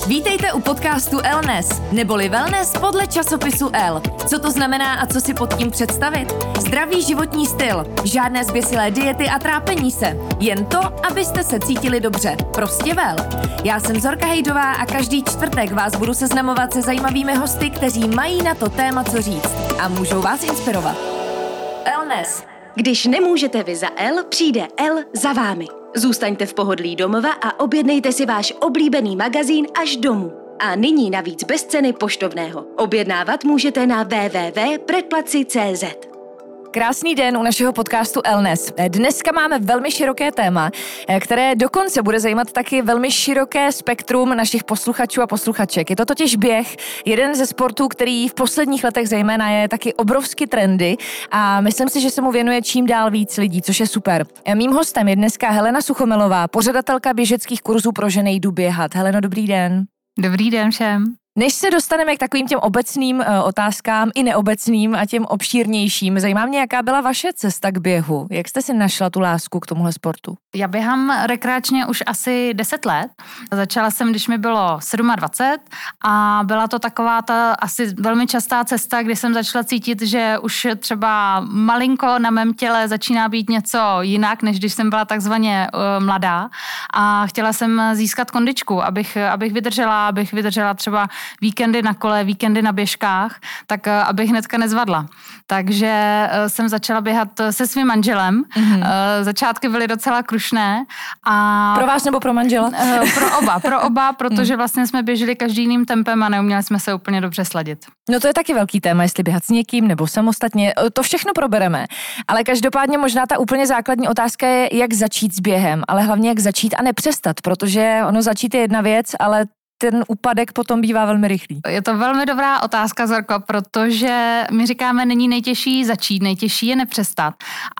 Vítejte u podcastu Elnes, neboli wellness podle časopisu Elle. Co to znamená a co si pod tím představit? Zdravý životní styl, žádné zběsilé diety a trápení se. Jen to, abyste se cítili dobře. Prostě well. Já jsem Zorka Hejdová a každý čtvrtek vás budu seznamovat se zajímavými hosty, kteří mají na to téma co říct a můžou vás inspirovat. Elnes. Když nemůžete vy za Elle, přijde Elle za vámi. Zůstaňte v pohodlí domova a objednejte si váš oblíbený magazín až domů. A nyní navíc bez ceny poštovného. Objednávat můžete na www.predplaci.cz. Krásný den u našeho podcastu Elnes. Dneska máme velmi široké téma, které dokonce bude zajímat taky velmi široké spektrum našich posluchačů a posluchaček. Je to totiž běh, jeden ze sportů, který v posledních letech zejména je taky obrovsky trendy a myslím si, že se mu věnuje čím dál víc lidí, což je super. Mým hostem je dneska Helena Suchomelová, pořadatelka běžeckých kurzů pro ženy Jdu běhat. Heleno, dobrý den. Dobrý den všem. Než se dostaneme k takovým těm obecným otázkám i neobecným a těm obšírnějším, zajímá mě, jaká byla vaše cesta k běhu. Jak jste si našla tu lásku k tomuhle sportu? Já běhám rekreačně už asi 10 let. Začala jsem, když mi bylo 27 a byla to taková ta asi velmi častá cesta, kdy jsem začala cítit, že už třeba malinko na mém těle začíná být něco jinak, než když jsem byla takzvaně mladá. A chtěla jsem získat kondičku, abych vydržela třeba víkendy na kole, víkendy na běžkách, tak abych hnedka nezvadla. Takže jsem začala běhat se svým manželem. Mm-hmm. Začátky byly docela krušné. A pro vás nebo pro manžela? Pro oba, protože vlastně jsme běželi každý jiným tempem a neuměli jsme se úplně dobře sladit. No to je taky velký téma, jestli běhat s někým nebo samostatně. To všechno probereme. Ale každopádně možná ta úplně základní otázka je, jak začít s během, ale hlavně jak začít a nepřestat, protože ono začít je jedna věc, ale ten úpadek potom bývá velmi rychlý. Je to velmi dobrá otázka, Zorko, protože my říkáme, není nejtěžší začít, nejtěžší je nepřestat.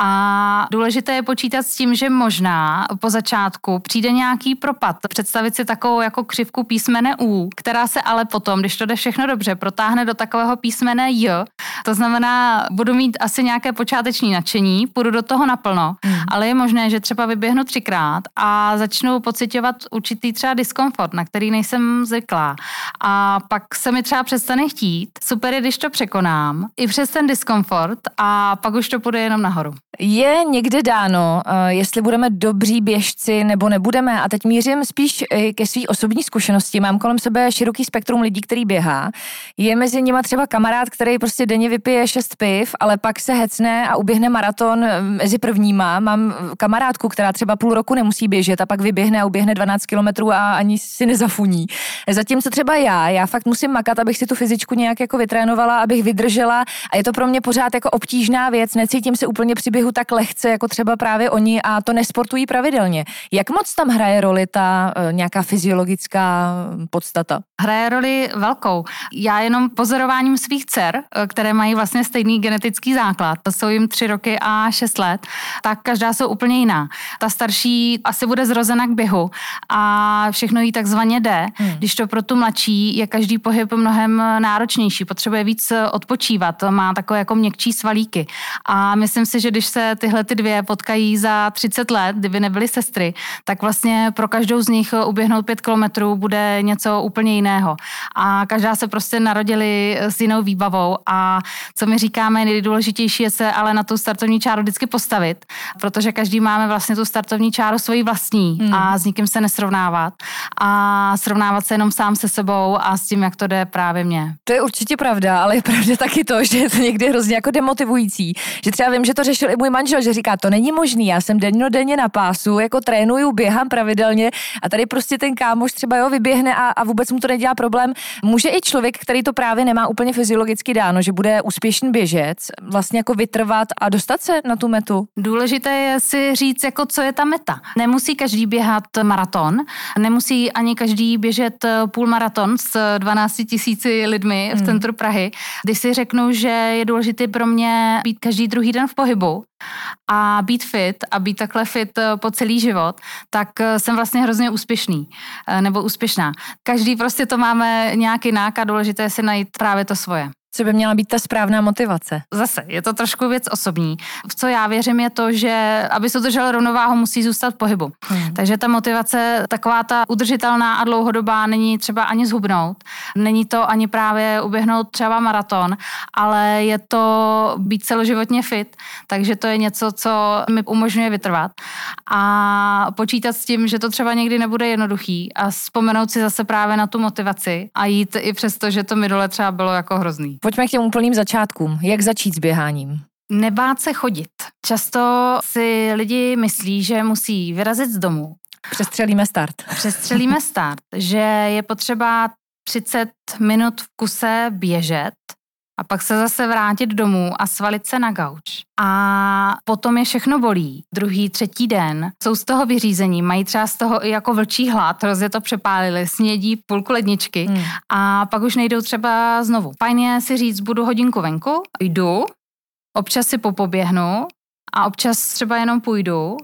A důležité je počítat s tím, že možná po začátku přijde nějaký propad. Představit si takovou jako křivku písmene U, která se ale potom, když to jde všechno dobře, protáhne do takového písmene J. To znamená, budu mít asi nějaké počáteční nadšení, půjdu do toho naplno, ale je možné, že třeba vyběhnu 3krát a začnu pociťovat určitý třeba diskomfort, na který nejsem zvyklá. A pak se mi třeba přestane chtít. Super je, když to překonám. I přes ten diskomfort a pak už to půjde jenom nahoru. Je někde dáno, jestli budeme dobří běžci nebo nebudeme. A teď mířím spíš ke své osobní zkušenosti. Mám kolem sebe široký spektrum lidí, který běhá. Je mezi nimi třeba kamarád, který prostě denně vypije 6 piv, ale pak se hecne a uběhne maraton mezi prvníma. Mám kamarádku, která třeba půl roku nemusí běžet a pak vyběhne a uběhne 12 kilometrů a ani si nezafuní. Zatímco třeba já fakt musím makat, abych si tu fyzičku nějak jako vytrénovala, abych vydržela a je to pro mě pořád jako obtížná věc, necítím se úplně při běhu tak lehce, jako třeba právě oni a to nesportují pravidelně. Jak moc tam hraje roli ta nějaká fyziologická podstata? Hraje roli velkou. Já jenom pozorováním svých dcer, které mají vlastně stejný genetický základ, to jsou jim 3 roky a 6 let, tak každá jsou úplně jiná. Ta starší asi bude zrozena k běhu a všechno jí takzvaně jde. Když to pro tu mladší je každý pohyb mnohem náročnější, potřebuje víc odpočívat, má takové jako měkčí svalíky. A myslím si, že když se tyhle ty dvě potkají za 30 let, kdyby nebyly sestry, tak vlastně pro každou z nich uběhnout 5 kilometrů bude něco úplně jiného. A každá se prostě narodili s jinou výbavou a co my říkáme, nejdůležitější je se ale na tu startovní čáru vždycky postavit, protože každý máme vlastně tu startovní čáru svoji vlastní a s nikým se nesrovnávat a srovnávat se jenom sám se sebou a s tím, jak to jde právě mně. To je určitě pravda, ale je pravda taky to, že je to někdy hrozně jako demotivující. Že třeba vím, že to řešil i můj manžel, že říká, to není možný, já jsem denně na pásu, jako trénuju, běhám pravidelně a tady prostě ten kámoš třeba vyběhne a vůbec mu to nedělá problém. Může i člověk, který to právě nemá úplně fyziologicky dáno, že bude úspěšný běžec, vlastně jako vytrvat a dostat se na tu metu? Důležité je si říct, jako co je ta meta. Nemusí každý běhat maraton, nemusí ani každý běžet půlmaraton s 12 000 lidmi v centru Prahy. Když si řeknu, že je důležité pro mě být každý druhý den v pohybu a být fit a být takhle fit po celý život, tak jsem vlastně hrozně úspěšný nebo úspěšná. Každý prostě to máme nějak jinak a důležité je si najít právě to svoje. Co by měla být ta správná motivace? Zase, je to trošku věc osobní. V co já věřím je to, že aby se udržel rovnováhu, musí zůstat v pohybu. Takže ta motivace, taková ta udržitelná a dlouhodobá, není třeba ani zhubnout, není to ani právě uběhnout třeba maraton, ale je to být celoživotně fit, takže to je něco, co mi umožňuje vytrvat a počítat s tím, že to třeba někdy nebude jednoduchý a vzpomenout si zase právě na tu motivaci a jít i přesto, že to minule třeba bylo jako hrozný. Pojďme k těm úplným začátkům. Jak začít s běháním? Nebát se chodit. Často si lidi myslí, že musí vyrazit z domu. Přestřelíme start, že je potřeba 30 minut v kuse běžet a pak se zase vrátit domů a svalit se na gauč. A potom je všechno bolí. Druhý, třetí den jsou z toho vyřízení, mají třeba z toho i jako vlčí hlad, hrozně to přepálili, snědí půlku ledničky a pak už nejdou třeba znovu. Fajn je si říct, budu hodinku venku, jdu, občas si popoběhnu a občas třeba jenom půjdu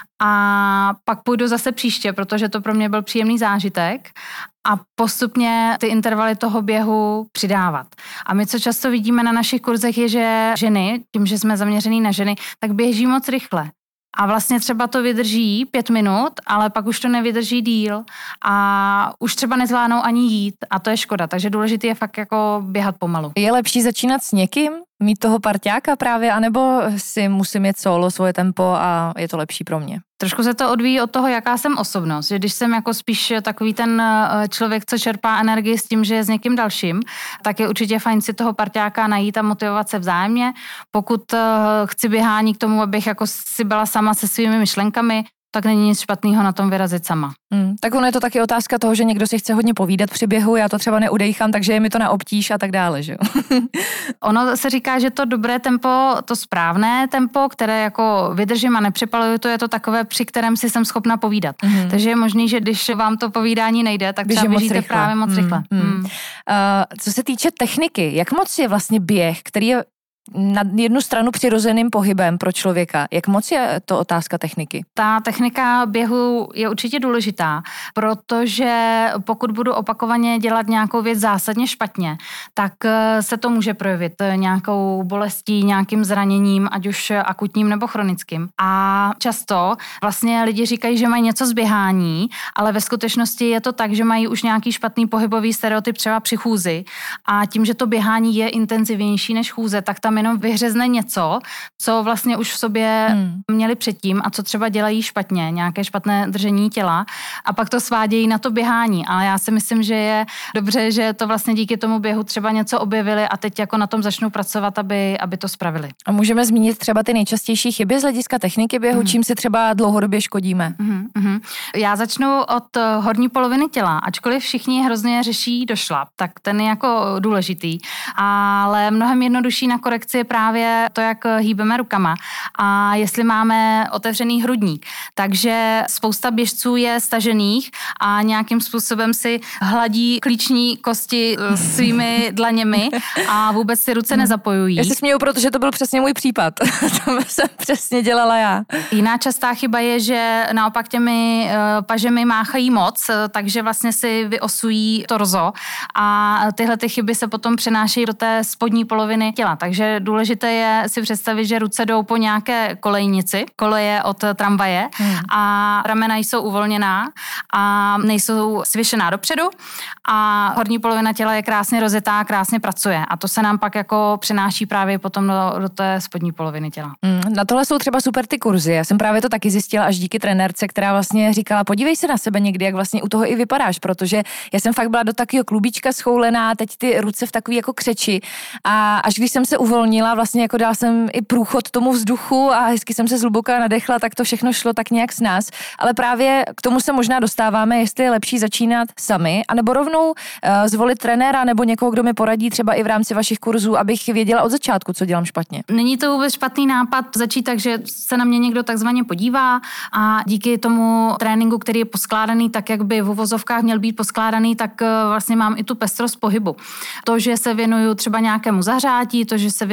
a pak půjdu zase příště, protože to pro mě byl příjemný zážitek a postupně ty intervaly toho běhu přidávat. A my, co často vidíme na našich kurzech, je, že ženy, tím, že jsme zaměřený na ženy, tak běží moc rychle. A vlastně třeba to vydrží 5 minut, ale pak už to nevydrží díl a už třeba nezvládnou ani jít a to je škoda. Takže důležité je fakt jako běhat pomalu. Je lepší začínat s někým? Mít toho parťáka právě, anebo si musím jet solo, svoje tempo a je to lepší pro mě? Trošku se to odvíjí od toho, jaká jsem osobnost. Že když jsem jako spíš takový ten člověk, co čerpá energii s tím, že je s někým dalším, tak je určitě fajn si toho parťáka najít a motivovat se vzájemně. Pokud chci běhání k tomu, abych jako si byla sama se svými myšlenkami, tak není nic špatného na tom vyrazit sama. Tak ono je to taky otázka toho, že někdo si chce hodně povídat při běhu, já to třeba neudejchám, takže je mi to na obtíž a tak dále, že jo. Ono se říká, že to dobré tempo, to správné tempo, které jako vydržím a nepřipaluju, to je to takové, při kterém si jsem schopna povídat. Takže je možný, že když vám to povídání nejde, tak třeba běžíte právě moc rychle. Co se týče techniky, jak moc je vlastně běh, který je na jednu stranu přirozeným pohybem pro člověka. Jak moc je to otázka techniky? Ta technika běhu je určitě důležitá, protože pokud budu opakovaně dělat nějakou věc zásadně špatně, tak se to může projevit nějakou bolestí, nějakým zraněním, ať už akutním nebo chronickým. A často vlastně lidi říkají, že mají něco z běhání, ale ve skutečnosti je to tak, že mají už nějaký špatný pohybový stereotyp třeba při chůzi a tím, že to běhání je intenzivnější než chůze, tak tam jenom vyhřezne něco, co vlastně už v sobě měli předtím a co třeba dělají špatně, nějaké špatné držení těla a pak to svádějí na to běhání. Ale já si myslím, že je dobře, že to vlastně díky tomu běhu třeba něco objevili a teď jako na tom začnou pracovat, aby to spravili. A můžeme zmínit třeba ty nejčastější chyby z hlediska techniky běhu, čím si třeba dlouhodobě škodíme? Já začnu od horní poloviny těla, ačkoliv všichni hrozně řeší došlap, tak ten je jako důležitý, ale mnohem jednodušší na korekci je právě to, jak hýbeme rukama a jestli máme otevřený hrudník. Takže spousta běžců je stažených a nějakým způsobem si hladí klíční kosti svými dlaněmi a vůbec si ruce nezapojují. Já se směju, protože to byl přesně můj případ. To jsem přesně dělala já. Jiná častá chyba je, že naopak těmi pažemi máchají moc, takže vlastně si vyosují torzo a tyhle ty chyby se potom přenášejí do té spodní poloviny těla. Takže důležité je si představit, že ruce jdou po nějaké kolejnici, koleje od tramvaje a ramena jsou uvolněná a nejsou svěšená dopředu a horní polovina těla je krásně rozjetá, krásně pracuje a to se nám pak jako přenáší právě potom do té spodní poloviny těla. Na tohle jsou třeba super ty kurzy. Já jsem právě to taky zjistila až díky trenérce, která vlastně říkala, podívej se na sebe někdy, jak vlastně u toho i vypadáš, protože já jsem fakt byla do takového klubíčka schoulená, teď ty ruce v takový jako křeči a až když jsem se uvolnila, vlastně jako dala jsem i průchod tomu vzduchu a hezky jsem se zhluboka nadechla, tak to všechno šlo tak nějak s nás, ale právě k tomu se možná dostáváme, jestli je lepší začínat sami, anebo rovnou zvolit trenéra nebo někoho, kdo mi poradí třeba i v rámci vašich kurzů, abych věděla od začátku, co dělám špatně. Není to vůbec špatný nápad začít tak, že se na mě někdo takzvaně podívá a díky tomu tréninku, který je poskládaný tak, jak by v uvozovkách měl být poskládaný, tak vlastně mám i tu pestrost pohybu. To, že se věnuju třeba nějakému zahřátí, to, že se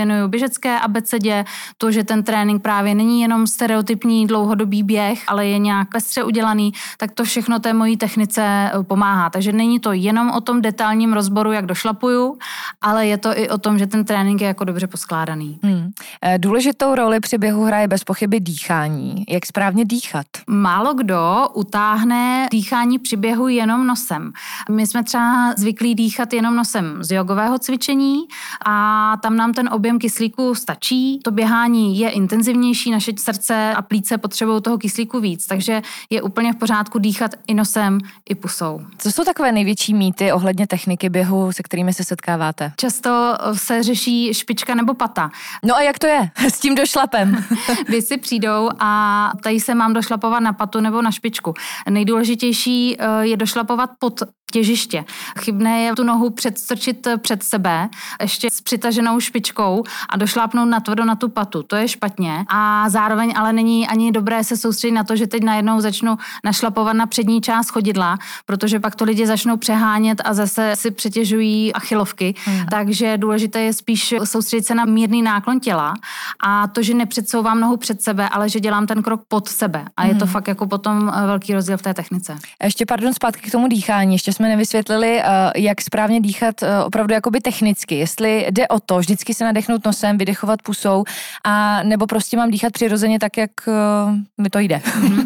věnuju běžecké abecedě, to, že ten trénink právě není jenom stereotypní dlouhodobý běh, ale je nějak pestře udělaný, tak to všechno té mojí technice pomáhá. Takže není to jenom o tom detailním rozboru, jak došlapuju, ale je to i o tom, že ten trénink je jako dobře poskládaný. Důležitou roli při běhu hraje bez pochyby dýchání. Jak správně dýchat? Málo kdo utáhne dýchání při běhu jenom nosem. My jsme třeba zvyklí dýchat jenom nosem z jogového cvičení a tam nám ten objem kyslíku stačí. To běhání je intenzivnější, naše srdce a plíce potřebují toho kyslíku víc, takže je úplně v pořádku dýchat i nosem, i pusou. Co jsou takové největší mýty ohledně techniky běhu, se kterými se setkáváte? Často se řeší špička nebo pata. No a jak to je s tím došlapem? Věci přijdou a tady se mám došlapovat na patu nebo na špičku. Nejdůležitější je došlapovat pod těžiště. Chybné je tu nohu předstrčit před sebe, ještě s přitaženou špičkou a došlápnout natvrdo na tu patu. To je špatně a zároveň ale není ani dobré se soustředit na to, že teď najednou začnu našlapovat na přední část chodidla, protože pak to lidi začnou přehánět a zase si přetěžují achilovky. Takže důležité je spíš soustředit se na mírný náklon těla a to, že nepředsouvám nohu před sebe, ale že dělám ten krok pod sebe. A je to fakt jako potom velký rozdíl v té technice. A ještě zpátky k tomu dýchání. Ještě jsme nevysvětlili, jak správně dýchat opravdu jakoby technicky. Jestli jde o to vždycky se nadechnout nosem, vydechovat pusou, a nebo prostě mám dýchat přirozeně tak, jak mi to jde.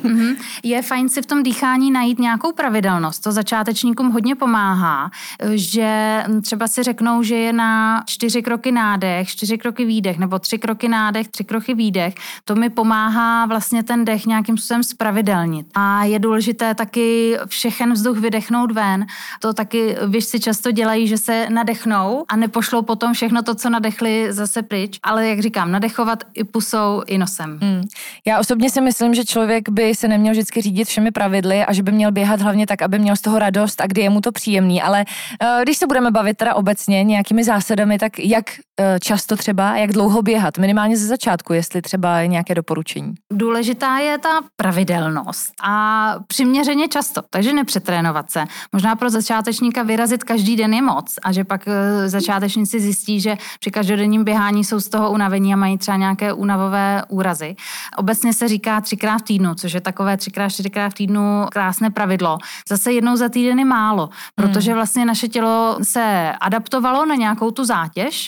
Je fajn si v tom dýchání najít nějakou pravidelnost. To začátečníkům hodně pomáhá, že třeba si řeknou, že je na 4 kroky nádech, 4 kroky výdech, nebo 3 kroky nádech, 3 kroky výdech. To mi pomáhá vlastně ten dech nějakým způsobem spravidelnit. A je důležité taky všechen vzduch vydechnout ven. To taky běžci často dělají, že se nadechnou a nepošlou potom všechno to, co nadechli, zase pryč. Ale jak říkám, nadechovat i pusou, i nosem. Já osobně si myslím, že člověk by se neměl vždycky řídit všemi pravidly a že by měl běhat hlavně tak, aby měl z toho radost a kdy je mu to příjemný. Ale když se budeme bavit teda obecně nějakými zásadami, tak jak často třeba, jak dlouho běhat? Minimálně ze začátku, jestli třeba je nějaké doporučení. Důležitá je ta pravidelnost a přiměřeně často, takže nepřetrénovat se. Možná pro začátečníka vyrazit každý den je moc a že pak začátečníci zjistí, že při každodenním běhání jsou z toho unavení a mají třeba nějaké únavové úrazy. Obecně se říká 3x v týdnu, což je takové 3x, 4x v týdnu krásné pravidlo. Zase jednou za týden je málo, protože vlastně naše tělo se adaptovalo na nějakou tu zátěž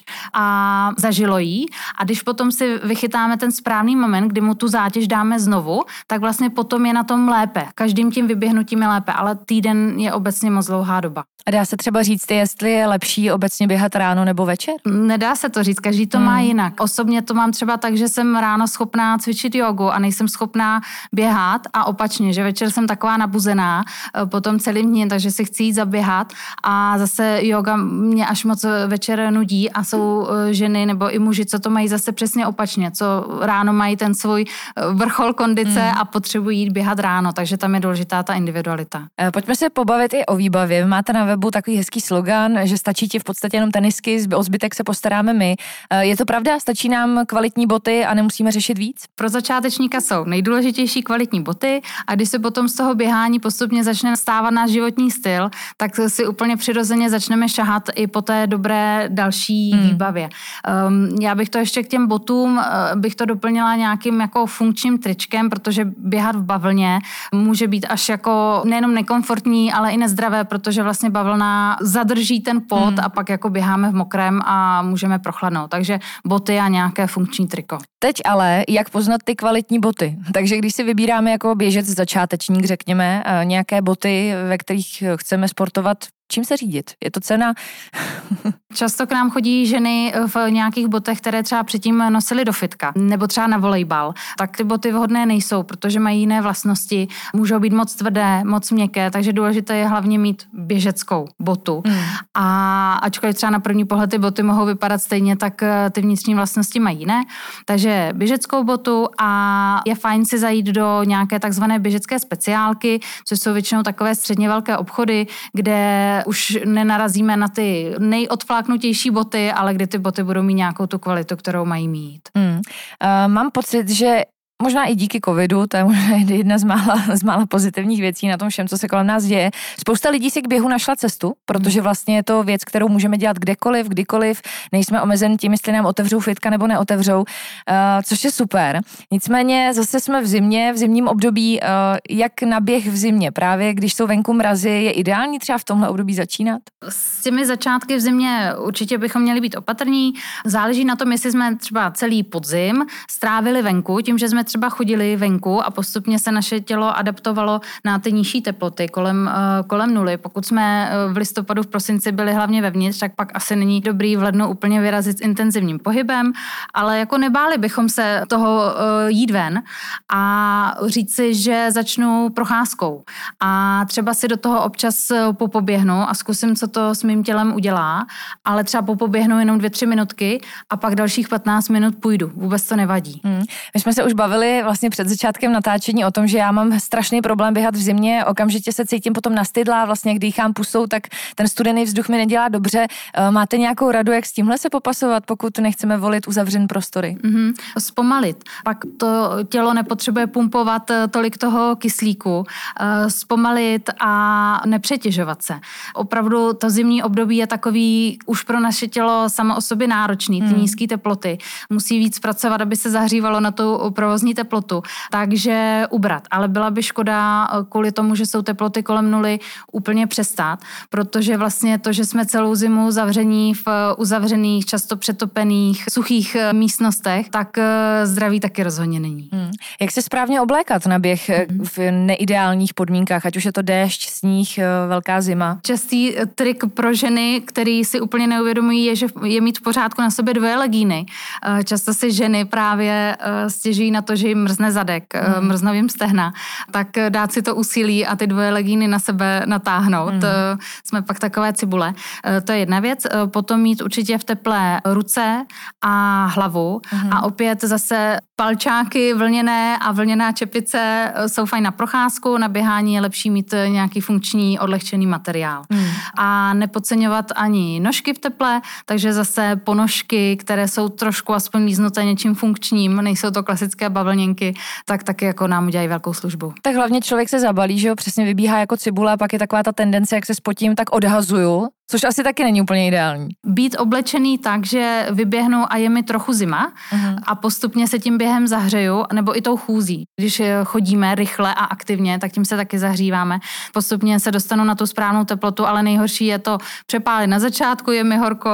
a zažilo jí a když potom si vychytáme ten správný moment, kdy mu tu zátěž dáme znovu, tak vlastně potom je na tom lépe. Každým tím vyběhnutím je lépe, ale týden je obecně moc dlouhá doba. A dá se třeba říct, jestli je lepší obecně běhat ráno nebo večer? Nedá se to říct, každý to má jinak. Osobně to mám třeba tak, že jsem ráno schopná cvičit jogu a nejsem schopná běhat a opačně, že večer jsem taková nabuzená potom celým dní, takže si chci jít zaběhat a zase yoga mě až moc večer nudí a jsou ženy nebo i muži, co to mají zase přesně opačně, co ráno mají ten svůj vrchol kondice a potřebují jít běhat ráno, takže tam je důležitá ta individualita. Pojďme se pobavit i o výbavě. Máte na webu takový hezký slogan, že stačí ti v podstatě jenom tenisky, o zbytek se postaráme my. Je to pravda? Stačí nám kvalitní boty a nemusíme řešit víc? Pro začátečníka jsou nejdůležitější kvalitní boty a když se potom z toho běhání postupně začne stávat náš životní styl, tak si úplně přirozeně začneme šahat i po té dobré další výbavě. Já bych to ještě k těm botům bych to doplnila nějakým jako funkčním tričkem, protože běhat v bavlně může být až jako nejenom nekomfortní, ale i nezdravé, protože vlastně bavlna zadrží ten pot a pak jako běháme v mokrém a můžeme prochladnout. Takže boty a nějaké funkční triko. Teď ale, jak poznat ty kvalitní boty? Takže když si vybíráme jako běžec začátečník, řekněme, nějaké boty, ve kterých chceme sportovat, čím se řídit? Je to cena? Často k nám chodí ženy v nějakých botech, které třeba předtím nosily do fitka, nebo třeba na volejbal. Tak ty boty vhodné nejsou, protože mají jiné vlastnosti, můžou být moc tvrdé, moc měkké, takže důležité je hlavně mít běžeckou botu. A ačkoliv třeba na první pohled ty boty mohou vypadat stejně, tak ty vnitřní vlastnosti mají jiné. Takže běžeckou botu a je fajn si zajít do nějaké takzvané běžecké speciálky, což jsou většinou takové středně velké obchody, kde už nenarazíme na ty nejodfláknutější boty, ale kdy ty boty budou mít nějakou tu kvalitu, kterou mají mít. Mám pocit, že možná i díky covidu, to je možná jedna z mála pozitivních věcí na tom všem, co se kolem nás děje. Spousta lidí si k běhu našla cestu, protože vlastně je to věc, kterou můžeme dělat kdekoliv, kdykoliv, nejsme omezen tím, jestli nám otevřou fitka nebo neotevřou, což je super. Nicméně zase jsme v zimě, v zimním období, jak na běh v zimě, právě když jsou venku mrazy, je ideální třeba v tomhle období začínat? S těmi začátky v zimě určitě bychom měli být opatrní. Záleží na tom, jestli jsme třeba celý podzim strávili venku, tím, že jsme třeba chodili venku a postupně se naše tělo adaptovalo na ty nižší teploty kolem nuly. Pokud jsme v listopadu, v prosinci byli hlavně vevnitř, tak pak asi není dobrý v lednu úplně vyrazit s intenzivním pohybem, ale jako nebáli bychom se toho jít ven a říct si, že začnu procházkou a třeba si do toho občas popoběhnu a zkusím, co to s mým tělem udělá, ale třeba popoběhnu jenom 2-3 minutky a pak dalších 15 minut půjdu. Vůbec to nevadí. My jsme se už bavili vlastně před začátkem natáčení o tom, že já mám strašný problém běhat v zimě, okamžitě se cítím potom nastydlá, vlastně když dýchám pusou, tak ten studený vzduch mi nedělá dobře. Máte nějakou radu, jak s tímhle se popasovat, pokud nechceme volit uzavřen prostory? Zpomalit. Pak to tělo nepotřebuje pumpovat tolik toho kyslíku. Zpomalit a nepřetěžovat se. Opravdu to zimní období je takový už pro naše tělo samo o sobě náročný, ty nízké teploty. Musí víc pracovat, aby se zahřívalo na tu provozní teplotu. Takže ubrat. Ale byla by škoda kvůli tomu, že jsou teploty kolem nuly, úplně přestát, protože vlastně to, že jsme celou zimu zavření v uzavřených, často přetopených, suchých místnostech, tak zdraví taky rozhodně není. Jak se správně oblékat na běh v neideálních podmínkách, ať už je to déšť, sníh, velká zima? Častý trik pro ženy, který si úplně neuvědomují, je, že je mít v pořádku na sobě 2 legíny. Často si ženy právě stěžují na to, že jim mrzne zadek, mrznou jim stehna, tak dát si to úsilí a ty 2 legíny na sebe natáhnout. Jsme pak takové cibule. To je jedna věc. Potom mít určitě v teple ruce a hlavu a opět zase palčáky vlněné a vlněná čepice jsou fajn na procházku, na běhání je lepší mít nějaký funkční odlehčený materiál. A nepodceňovat ani nožky v teple, takže zase ponožky, které jsou trošku aspoň líznuté něčím funkčním, nejsou to klasické bavlněnky, tak taky jako nám udělají velkou službu. Tak hlavně člověk se zabalí, že jo, přesně vybíhá jako cibule a pak je taková ta tendence, jak se spotím, tak odhazuju, což asi taky není úplně ideální. Být oblečený tak, že vyběhnu a je mi trochu zima a postupně se tím během zahřeju, nebo i tou chůzí. Když chodíme rychle a aktivně, tak tím se taky zahříváme. Postupně se dostanu na tu správnou teplotu, ale nejhorší je to přepálit na začátku, je mi horko,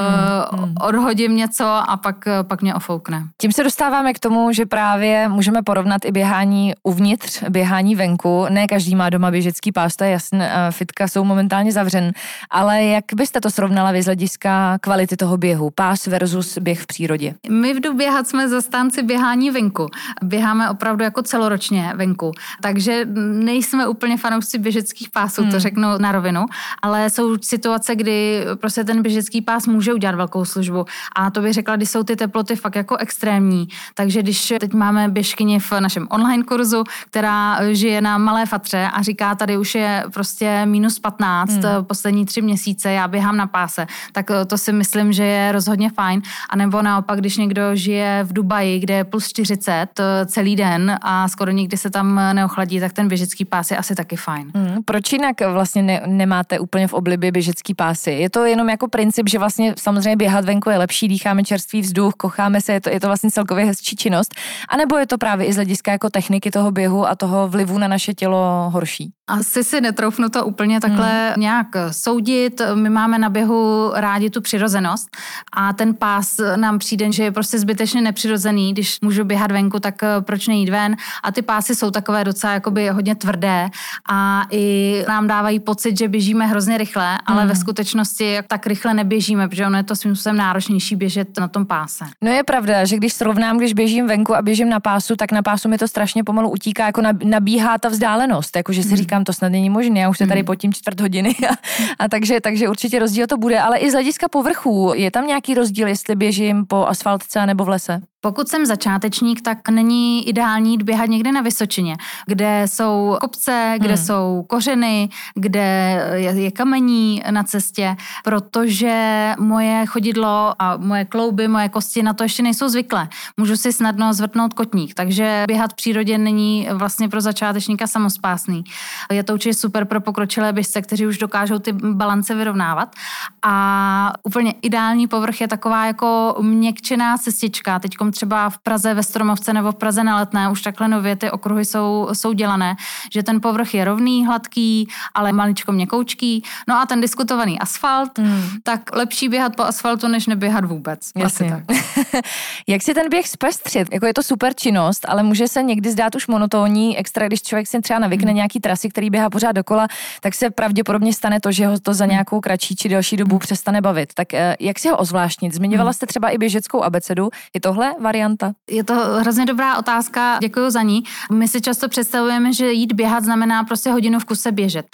odhodím něco a pak mě ofoukne. Tím se dostáváme k tomu, že právě můžeme porovnat i běhání uvnitř, běhání venku. Ne každý má doma běžecký pás, to je jasné, fitka jsou momentálně zavřen, ale jak byste to srovnala vy z hlediska kvality toho běhu? Pás versus běh v přírodě. My v Jdu běhat jsme zastánci běhání venku. Běháme opravdu jako celoročně venku. Takže nejsme úplně fanoušci běžeckých pásů, to řeknu na rovinu, ale jsou situace, kdy prostě ten běžecký pás může udělat velkou službu. A to bych řekla, když jsou ty teploty fakt jako extrémní. Takže když teď máme běžkyni v našem online kurzu, která žije na Malé Fatře a říká, tady už je prostě -15 poslední 3 měsíce, já běhám na páse, tak to si myslím, že je rozhodně fajn. A nebo naopak, když někdo žije v Dubaji, kde je +40 celý den a skoro nikdy se tam neochladí, tak ten běžecký pás je asi taky fajn. Proč jinak vlastně nemáte úplně v oblibě běžecký pásy? Je to jenom jako princip, že vlastně samozřejmě běhat venku je lepší, dýcháme čerstvý vzduch, kocháme se, je to vlastně celkově hezčí činnost, anebo je to právě i z hlediska jako techniky toho běhu a toho vlivu na naše tělo horší? Asi si netroufnu to úplně takhle nějak soudit. My máme na běhu rádi tu přirozenost a ten pás nám přijde, že je prostě zbytečně nepřirozený. Když můžu běhat venku, tak proč nejít ven? A ty pásy jsou takové docela jakoby hodně tvrdé a i nám dávají pocit, že běžíme hrozně rychle, ale ve skutečnosti tak rychle neběžíme, protože ono je to svým způsobem náročnější běžet na tom páse. No je pravda, že když srovnám, když běžím venku a běžím na pásu, tak na pásu mi to strašně pomalu utíká, jako nabíhá ta vzdálenost, jakože si říkám, to snad není možné, já už se tady potím 4 hodiny a takže určitě rozdíl to bude, ale i z hlediska povrchů je tam nějaký rozdíl, jestli běžím po asfaltce nebo v lese? Pokud jsem začátečník, tak není ideální jít běhat někde na vysočině, kde jsou kopce, kde jsou kořeny, kde je kamení na cestě, protože moje chodidlo a moje klouby, moje kosti na to ještě nejsou zvyklé. Můžu si snadno zvrtnout kotník, takže běhat v přírodě není vlastně pro začátečníka samospásný. Je to určitě super pro pokročilé běžce, kteří už dokážou ty balance vyrovnávat. A úplně ideální povrch je taková jako měkčená cestička. Teďkom třeba v Praze ve Stromovce nebo v Praze na Letné už takhle nově ty okruhy jsou dělané, že ten povrch je rovný, hladký, ale maličko měkoučký. No a ten diskutovaný asfalt, tak lepší běhat po asfaltu, než neběhat vůbec. Jasně. Tak. Jak si ten běh zpestřit? Jako je to super činnost, ale může se někdy zdát už monotónní, extra když člověk si třeba navykne nějaký trasy, který běhá pořád dokola, tak se pravděpodobně stane to, že ho to za nějakou kratší či delší dobu přestane bavit. Tak jak si ho ozvláštnit? Zmiňovala jste třeba i běžeckou abecedu. Je tohle varianta? Je to hrozně dobrá otázka, děkuji za ní. My si často představujeme, že jít běhat znamená prostě hodinu v kuse běžet.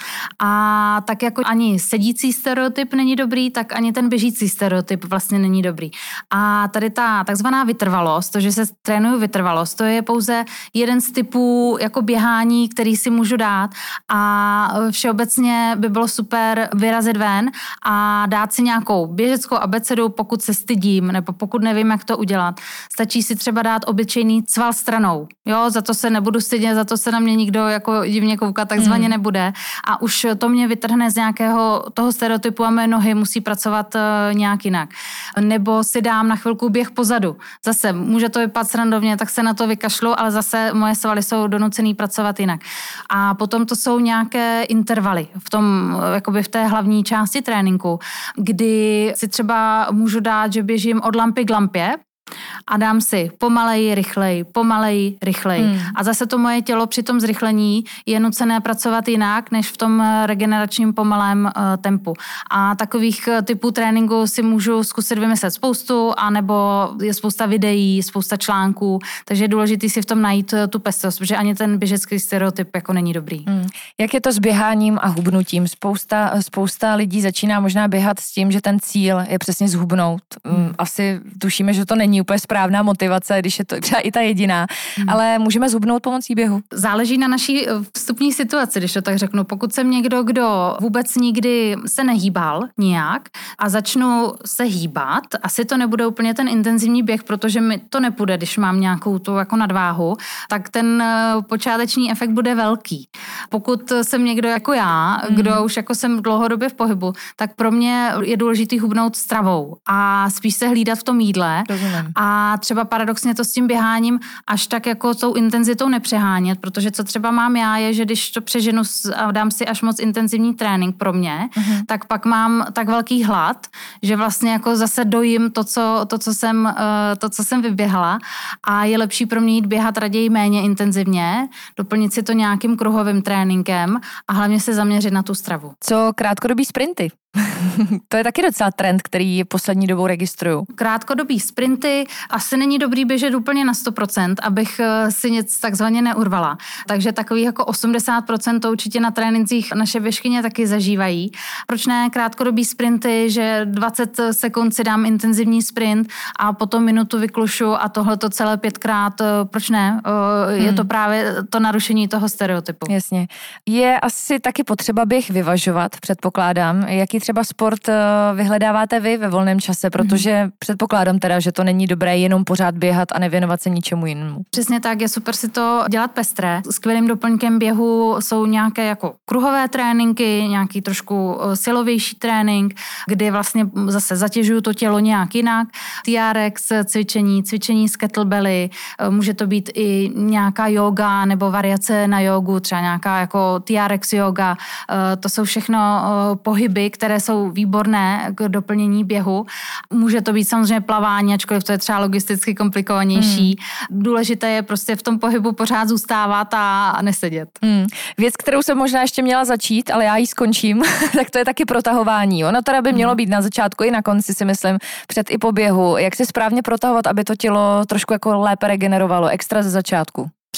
A tak jako ani sedící stereotyp není dobrý, tak ani ten běžící stereotyp vlastně není dobrý. A tady ta takzvaná vytrvalost, to, že se trénuju vytrvalost, to je pouze jeden z typů jako běhání, který si můžu dát a všeobecně by bylo super vyrazit ven a dát si nějakou běžeckou abecedu, pokud se stydím nebo pokud nevím, jak to udělat. Stačí si třeba dát obyčejný cval stranou. Jo, za to se nebudu stydět, za to se na mě nikdo jako divně koukat takzvaně nebude a už to mě vytrhne z nějakého toho stereotypu a mé nohy musí pracovat nějak jinak. Nebo si dám na chvilku běh pozadu. Zase může to vypadat srandovně, tak se na to vykašlu, ale zase moje svaly jsou donucený pracovat jinak. A potom to jsou nějaké intervaly v tom, jakoby v té hlavní části tréninku, kdy si třeba můžu dát, že běžím od lampy k lampě, a dám si pomalej, rychleji. A zase to moje tělo při tom zrychlení je nucené pracovat jinak, než v tom regeneračním pomalém tempu. A takových typů tréninku si můžu zkusit vymyslet spoustu, anebo je spousta videí, spousta článků, takže je důležité si v tom najít tu pestrost, protože ani ten běžecký stereotyp jako není dobrý. Jak je to s běháním a hubnutím? Spousta lidí začíná možná běhat s tím, že ten cíl je přesně zhubnout. Asi tušíme, že to není úplně správná motivace, když je to třeba i ta jediná, ale můžeme zhubnout pomocí běhu. Záleží na naší vstupní situaci, když to tak řeknu. Pokud jsem někdo, kdo vůbec nikdy se nehýbal nijak a začnu se hýbat, asi to nebude úplně ten intenzivní běh, protože mi to nepůjde, když mám nějakou tu jako nadváhu, tak ten počáteční efekt bude velký. Pokud jsem někdo jako já, kdo už jako jsem dlouhodobě v pohybu, tak pro mě je důležitý hubnout stravou a spíš se hlídat v tom jídle. Rozumím. A třeba paradoxně to s tím běháním až tak jako tou intenzitou nepřehánět, protože co třeba mám já je, že když to přeženu a dám si až moc intenzivní trénink pro mě, tak pak mám tak velký hlad, že vlastně jako zase dojím to, co jsem vyběhla a je lepší pro mě jít běhat raději méně intenzivně, doplnit si to nějakým kruhovým tréninkem a hlavně se zaměřit na tu stravu. Co krátkodobý sprinty? To je taky docela trend, který poslední dobou registruju. Krátkodobý sprinty asi není dobrý běžet úplně na 100%, abych si nic takzvaně neurvala. Takže takových jako 80% to určitě na trénincích naše běžkyně taky zažívají. Proč ne krátkodobý sprinty, že 20 sekund si dám intenzivní sprint a potom minutu vyklušu a tohle to celé 5krát, proč ne? Je to právě to narušení toho stereotypu. Jasně. Je asi taky potřeba běh vyvažovat, předpokládám. Jaký třeba sport vyhledáváte vy ve volném čase, protože předpokládám teda, že to není dobré jenom pořád běhat a nevěnovat se ničemu jinému. Přesně tak, je super si to dělat pestré. Skvělým doplňkem běhu jsou nějaké jako kruhové tréninky, nějaký trošku silovější trénink, kdy vlastně zase zatěžuju to tělo nějak jinak. TRX cvičení z kettlebelly, může to být i nějaká yoga nebo variace na jogu, třeba nějaká jako TRX yoga. To jsou všechno pohyby, které jsou výborné k doplnění běhu. Může to být samozřejmě plavání, ačkoliv to je třeba logisticky komplikovanější. Důležité je prostě v tom pohybu pořád zůstávat a nesedět. Věc, kterou jsem možná ještě měla začít, ale já ji skončím, tak to je taky protahování. Ono teda by mělo být na začátku i na konci, si myslím, před i po běhu. Jak se správně protahovat, aby to tělo trošku jako lépe regenerovalo, extra ze začátku?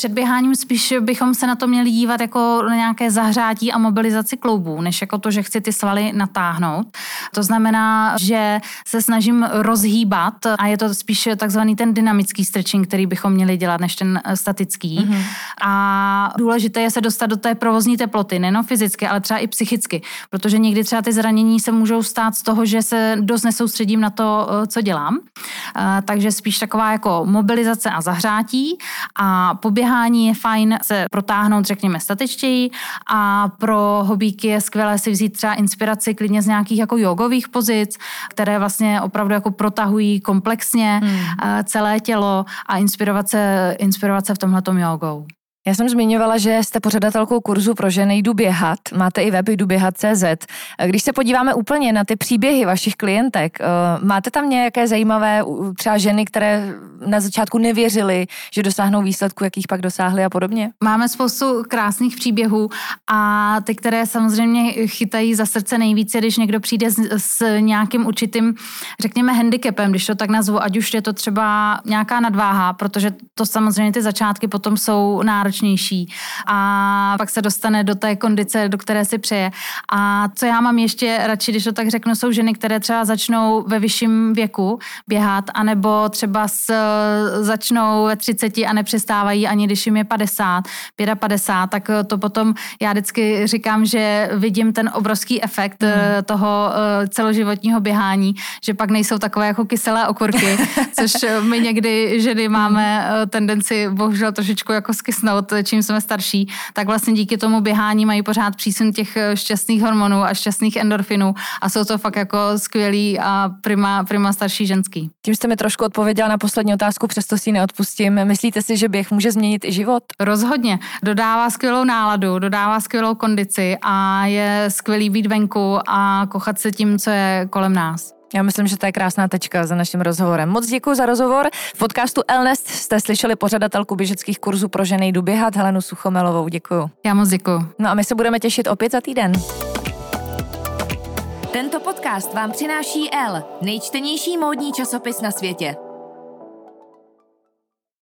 Před běháním spíš bychom se na to měli dívat jako na nějaké zahřátí a mobilizaci kloubů, než jako to, že chci ty svaly natáhnout. To znamená, že se snažím rozhýbat a je to spíš takzvaný ten dynamický stretching, který bychom měli dělat, než ten statický. Mm-hmm. A důležité je se dostat do té provozní teploty, nejen fyzicky, ale třeba i psychicky, protože někdy třeba ty zranění se můžou stát z toho, že se dost nesoustředím na to, co dělám. Takže spíš taková jako mobilizace a zahřátí a po běhání je fajn se protáhnout, řekněme, statičtěji a pro hobíky je skvělé si vzít třeba inspiraci klidně z nějakých jako jogových pozic, které vlastně opravdu jako protahují komplexně celé tělo a inspirovat se v tomhletom jogou. Já jsem zmiňovala, že jste pořadatelkou kurzu pro ženy Jdu běhat. Máte i web jduběhat.cz. Když se podíváme úplně na ty příběhy vašich klientek, máte tam nějaké zajímavé třeba ženy, které na začátku nevěřily, že dosáhnou výsledku, jakých pak dosáhly a podobně? Máme spoustu krásných příběhů a ty, které samozřejmě chytají za srdce nejvíce, když někdo přijde s nějakým určitým, řekněme, handicapem, když to tak nazvu, ať už je to třeba nějaká nadváha, protože to samozřejmě ty začátky potom jsou náročnější a pak se dostane do té kondice, do které si přeje. A co já mám ještě radši, když to tak řeknu, jsou ženy, které třeba začnou ve vyšším věku běhat, anebo třeba začnou ve 30 a nepřestávají ani když jim je 50, 55, tak to potom já vždycky říkám, že vidím ten obrovský efekt toho celoživotního běhání, že pak nejsou takové jako kyselé okurky, což my někdy ženy máme tendenci bohužel trošičku jako skysnout, čím jsme starší, tak vlastně díky tomu běhání mají pořád přísun těch šťastných hormonů a šťastných endorfinů a jsou to fakt jako skvělý a prima starší ženský. Tím jste mi trošku odpověděla na poslední otázku, přesto si ji neodpustím. Myslíte si, že běh může změnit i život? Rozhodně. Dodává skvělou náladu, dodává skvělou kondici a je skvělý být venku a kochat se tím, co je kolem nás. Já myslím, že to je krásná tečka za naším rozhovorem. Moc děkuji za rozhovor. V podcastu Elnest jste slyšeli pořadatelku běžeckých kurzů pro ženy Jdu běhat Helenu Suchomelovou. Děkuji. Já moc děkuji. No a my se budeme těšit opět za týden. Tento podcast vám přináší Elle, nejčtenější módní časopis na světě.